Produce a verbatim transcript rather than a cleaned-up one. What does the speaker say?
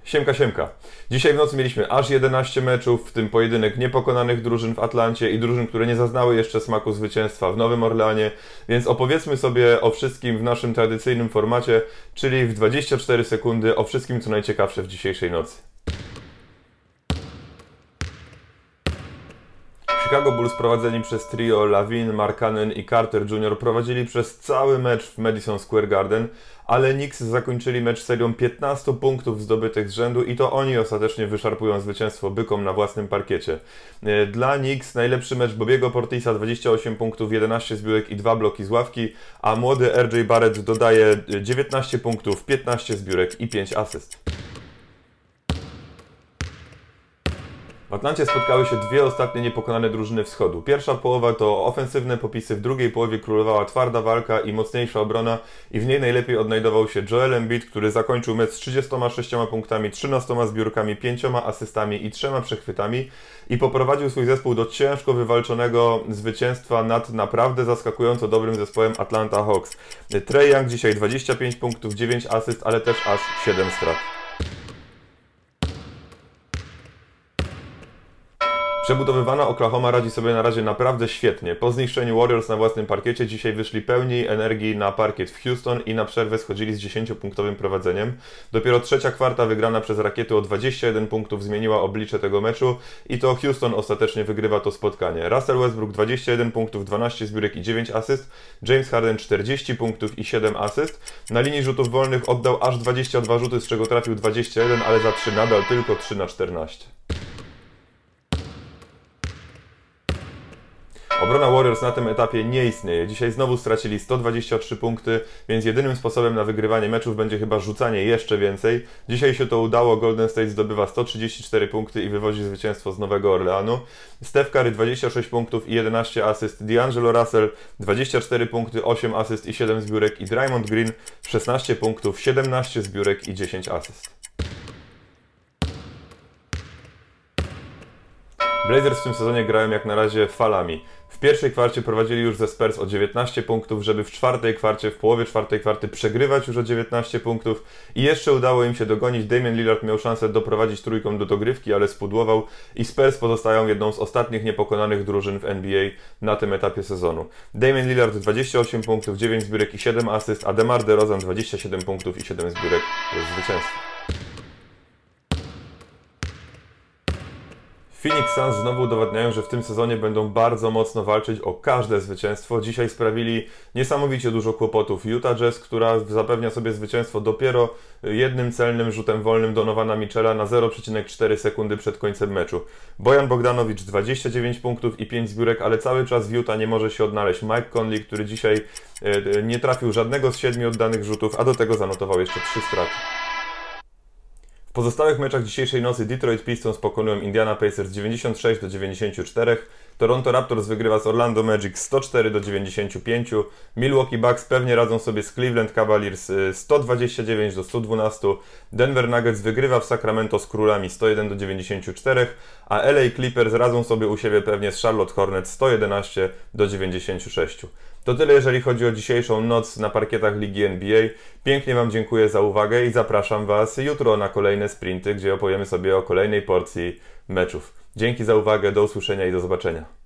Siemka, siemka. Dzisiaj w nocy mieliśmy aż jedenaście meczów, w tym pojedynek niepokonanych drużyn w Atlancie i drużyn, które nie zaznały jeszcze smaku zwycięstwa w Nowym Orleanie, więc opowiedzmy sobie o wszystkim w naszym tradycyjnym formacie, czyli w dwadzieścia cztery sekundy o wszystkim, co najciekawsze w dzisiejszej nocy. Chicago Bulls prowadzeni przez trio Lavin, Markkanen i Carter junior prowadzili przez cały mecz w Madison Square Garden, ale Knicks zakończyli mecz serią piętnastu punktów zdobytych z rzędu i to oni ostatecznie wyszarpują zwycięstwo bykom na własnym parkiecie. Dla Knicks najlepszy mecz Bobiego Portisa, dwadzieścia osiem punktów, jedenaście zbiórek i dwa bloki z ławki, a młody R J Barrett dodaje dziewiętnaście punktów, piętnaście zbiórek i pięć asyst. W Atlancie spotkały się dwie ostatnie niepokonane drużyny wschodu. Pierwsza połowa to ofensywne popisy, w drugiej połowie królowała twarda walka i mocniejsza obrona i w niej najlepiej odnajdował się Joel Embiid, który zakończył mecz z trzydziestoma sześcioma punktami, trzynastoma zbiórkami, pięcioma asystami i trzema przechwytami i poprowadził swój zespół do ciężko wywalczonego zwycięstwa nad naprawdę zaskakująco dobrym zespołem Atlanta Hawks. Trae Young dzisiaj dwadzieścia pięć punktów, dziewięć asyst, ale też aż siedem strat. Przebudowywana Oklahoma radzi sobie na razie naprawdę świetnie. Po zniszczeniu Warriors na własnym parkiecie dzisiaj wyszli pełni energii na parkiet w Houston i na przerwę schodzili z dziesięciopunktowym prowadzeniem. Dopiero trzecia kwarta wygrana przez Rakiety o dwadzieścia jeden punktów zmieniła oblicze tego meczu i to Houston ostatecznie wygrywa to spotkanie. Russell Westbrook dwadzieścia jeden punktów, dwanaście zbiórek i dziewięć asyst. James Harden czterdzieści punktów i siedem asyst. Na linii rzutów wolnych oddał aż dwadzieścia dwa rzuty, z czego trafił dwadzieścia jeden, ale za trzy nadal tylko trzy na czternaście. Obrona Warriors na tym etapie nie istnieje. Dzisiaj znowu stracili sto dwadzieścia trzy punkty, więc jedynym sposobem na wygrywanie meczów będzie chyba rzucanie jeszcze więcej. Dzisiaj się to udało, Golden State zdobywa sto trzydzieści cztery punkty i wywozi zwycięstwo z Nowego Orleanu. Steph Curry dwadzieścia sześć punktów i jedenaście asyst, D'Angelo Russell dwadzieścia cztery punkty, osiem asyst i siedem zbiórek i Draymond Green szesnaście punktów, siedemnaście zbiórek i dziesięć asyst. Blazers w tym sezonie grają jak na razie falami. W pierwszej kwarcie prowadzili już ze Spurs o dziewiętnaście punktów, żeby w czwartej kwarcie, w połowie czwartej kwarty przegrywać już o dziewiętnaście punktów i jeszcze udało im się dogonić. Damian Lillard miał szansę doprowadzić trójką do dogrywki, ale spudłował i Spurs pozostają jedną z ostatnich niepokonanych drużyn w N B A na tym etapie sezonu. Damian Lillard dwadzieścia osiem punktów, dziewięć zbiórek i siedem asyst, a DeMar DeRozan dwadzieścia siedem punktów i siedem zbiórek. To jest zwycięstwo. Phoenix Suns znowu udowadniają, że w tym sezonie będą bardzo mocno walczyć o każde zwycięstwo. Dzisiaj sprawili niesamowicie dużo kłopotów Utah Jazz, która zapewnia sobie zwycięstwo dopiero jednym celnym rzutem wolnym Donowana Mitchella na zero przecinek cztery sekundy przed końcem meczu. Bojan Bogdanowicz dwadzieścia dziewięć punktów i pięć zbiórek, ale cały czas w Utah nie może się odnaleźć. Mike Conley, który dzisiaj nie trafił żadnego z siedmiu oddanych rzutów, a do tego zanotował jeszcze trzy straty. W pozostałych meczach dzisiejszej nocy Detroit Pistons pokonują Indiana Pacers dziewięćdziesiąt sześć do dziewięćdziesięciu czterech, Toronto Raptors wygrywa z Orlando Magic sto cztery do dziewięćdziesięciu pięciu, Milwaukee Bucks pewnie radzą sobie z Cleveland Cavaliers sto dwadzieścia dziewięć do stu dwunastu, Denver Nuggets wygrywa w Sacramento z Królami sto jeden do dziewięćdziesięciu czterech, a L A Clippers radzą sobie u siebie pewnie z Charlotte Hornets sto jedenaście do dziewięćdziesięciu sześciu. To tyle, jeżeli chodzi o dzisiejszą noc na parkietach Ligi N B A. Pięknie Wam dziękuję za uwagę i zapraszam Was jutro na kolejne sprinty, gdzie opowiemy sobie o kolejnej porcji meczów. Dzięki za uwagę, do usłyszenia i do zobaczenia.